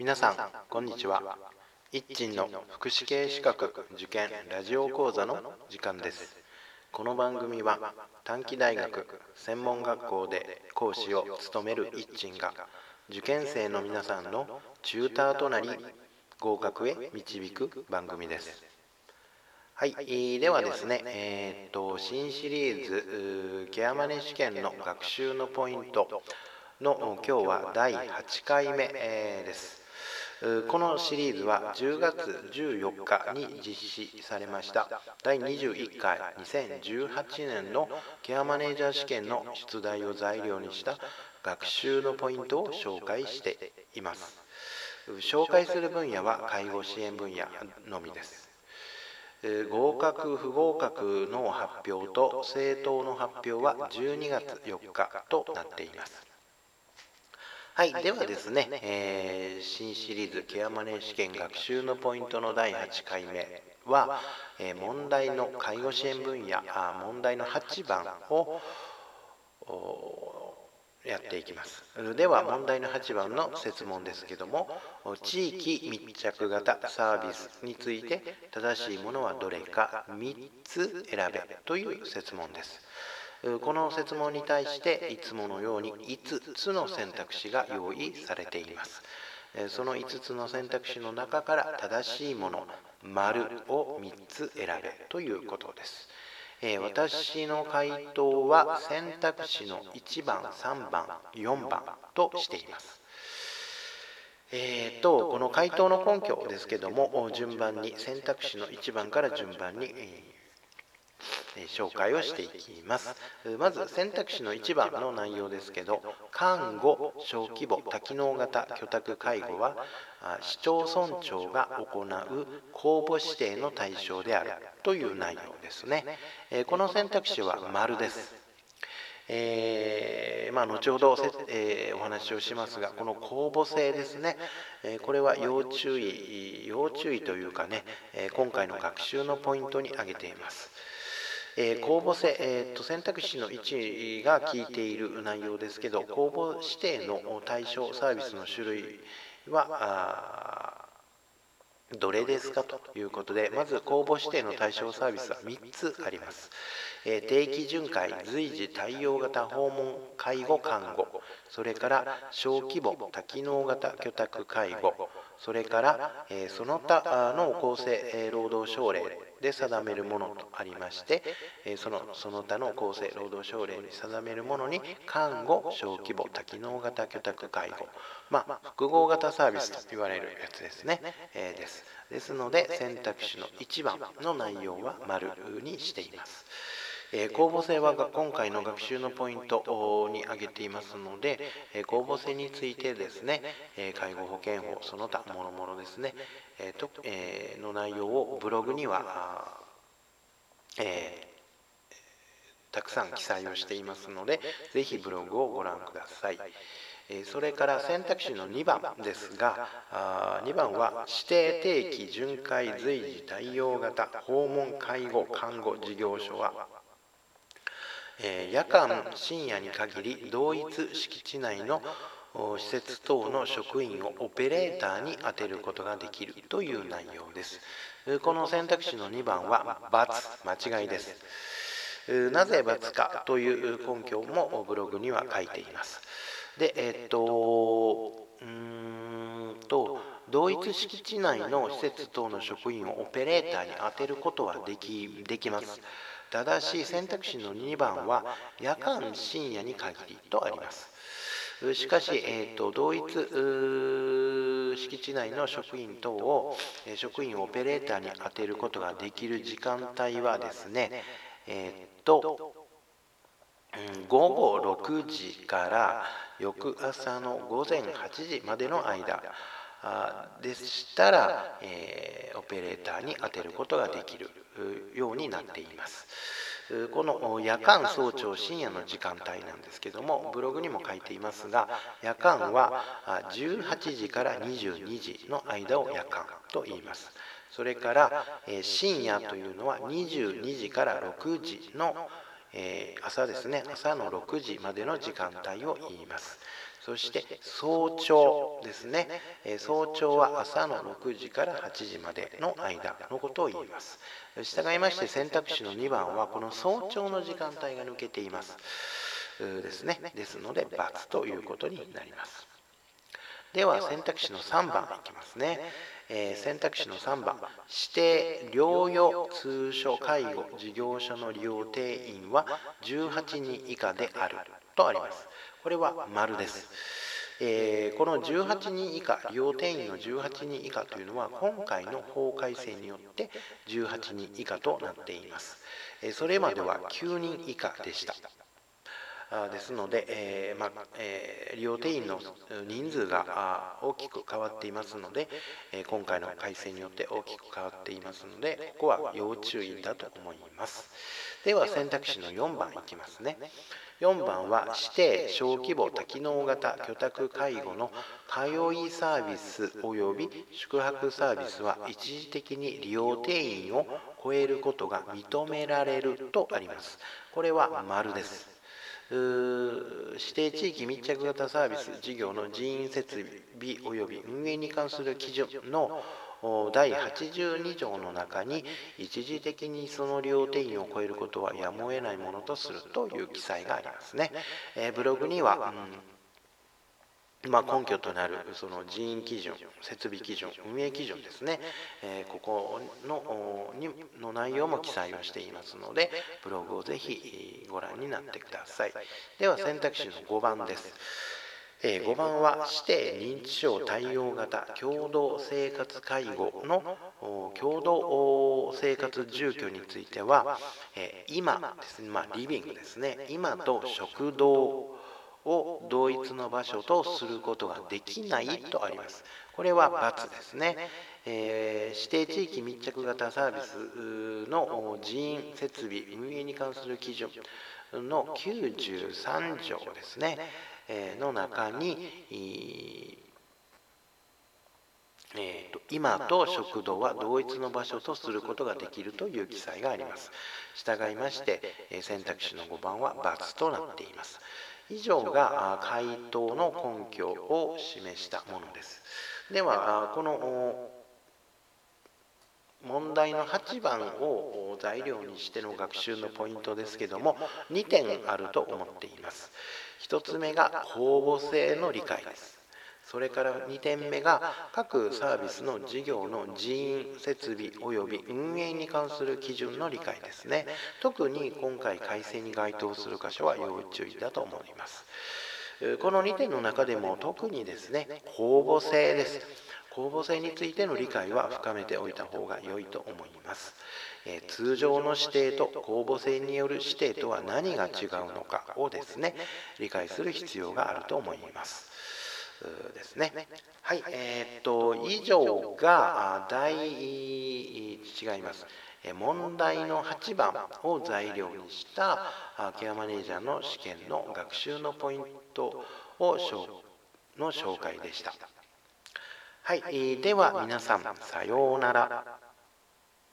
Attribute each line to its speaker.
Speaker 1: 皆さんこんにちは。一鎮の福祉系資格受験ラジオ講座の時間です。この番組は短期大学専門学校で講師を務める一鎮が受験生の皆さんのチューターとなり合格へ導く番組です。はい、ではですね、新シリーズケアマネ試験の学習のポイントの今日は第8回目です。このシリーズは10月14日に実施されました第21回2018年のケアマネージャー試験の出題を材料にした学習のポイントを紹介しています。紹介する分野は介護支援分野のみです。合格不合格の発表と正答の発表は12月4日となっています。はい、ではですね、新シリーズケアマネ試験学習のポイントの第8回目は、問題の介護支援分野問題の8番をやっていきます。では問題の8番の設問ですけども、地域密着型サービスについて正しいものはどれか3つ選べという設問です。この設問に対していつものように5つの選択肢が用意されています。その5つの選択肢の中から正しいもの丸を3つ選べということです。私の回答は選択肢の1番、3番、4番としています。この回答の根拠ですけども、順番に選択肢の1番から順番に、紹介をしていきます。まず選択肢の1番の内容ですけど、看護小規模多機能型居宅介護は市町村長が行う公募指定の対象であるという内容ですね。この選択肢は丸です。後ほどお話をしますが、この公募制ですね、これは要注意というかね、今回の学習のポイントに挙げています。公募制、選択肢の1が聞いている内容ですけど、公募指定の対象サービスの種類はどれですかということで、まず公募指定の対象サービスは3つあります。定期巡回、随時対応型訪問介護看護、それから小規模多機能型居宅介護、それからその他の厚生労働省令で定めるものとありまして、その他の厚生労働省令に定めるものに看護小規模多機能型居宅介護、複合型サービスと言われるやつですね、ですので選択肢の1番の内容は丸にしています。公募制は今回の学習のポイントに挙げていますので、公募制についてですね、介護保険法その他もろもろですね、の内容をブログにはたくさん記載をしていますので、ぜひブログをご覧ください。それから選択肢の2番ですが、2番は指定定期巡回随時対応型訪問介護看護事業所は夜間深夜に限り同一敷地内の施設等の職員をオペレーターに充てることができるという内容です。この選択肢の2番は×、間違いです。なぜ×かという根拠もブログには書いています。で、同一敷地内の施設等の職員をオペレーターに充てることはできます。ただし選択肢の2番は夜間深夜に限りとあります。しかし、同一敷地内の職員等を職員をオペレーターに充てることができる時間帯はですね、午後6時から翌朝の午前8時までの間でしたら、オペレーターに充てることができるようになっています。この夜間早朝深夜の時間帯なんですけども、ブログにも書いていますが、夜間は18時から22時の間を夜間と言います。それから深夜というのは22時から6時の朝ですね、朝の6時までの時間帯を言います。 そして早朝ですね。早朝は朝の6時から8時までの間のことを言います。従いまして選択肢の2番はこの早朝の時間帯が抜けていますですね。ですので×ということになります。では選択肢の3番いきますね。選択肢の3番、指定療養通所介護事業所の利用定員は18人以下であるとあります。これは丸です。この18人以下、利用定員の18人以下というのは今回の法改正によって18人以下となっています。それまでは9人以下でした。ですので、利用定員の人数が大きく変わっていますので、今回の改正によって大きく変わっていますので、ここは要注意だと思います。では選択肢の4番いきますね。4番は指定小規模多機能型居宅介護の通いサービス及び宿泊サービスは一時的に利用定員を超えることが認められるとあります。これは丸です。指定地域密着型サービス事業の人員設備及び運営に関する基準の第82条の中に一時的にその利用定員を超えることはやむを得ないものとするという記載がありますね。ブログには、根拠となるその人員基準、設備基準、運営基準ですね、ここの内容も記載をしていますので、ブログをぜひご覧になってください。では選択肢の5番です。5番は指定認知症対応型共同生活介護の共同生活住居については、今ですね、リビングですね、今と食堂を同一の場所とすることができないとあります。これは×ですね。指定地域密着型サービスの人員設備運営に関する基準の93条ですね、の中に今と食堂は同一の場所とすることができるという記載があります。従いまして選択肢の5番は×となっています。以上が回答の根拠を示したものです。ではこの問題の8番を材料にしての学習のポイントですけども、2点あると思っています。1つ目が公募性の理解です。それから2点目が各サービスの事業の人員設備及び運営に関する基準の理解ですね。特に今回改正に該当する箇所は要注意だと思います。この2点の中でも特にですね、公募性です。公募性についての理解は深めておいた方が良いと思います。通常の指定と公募制による指定とは何が違うのかをですね、理解する必要があると思います。ですね。はい、以上が違います。問題の8番を材料にしたケアマネージャーの試験の学習のポイントの紹介でした。はい、では皆さんさようなら。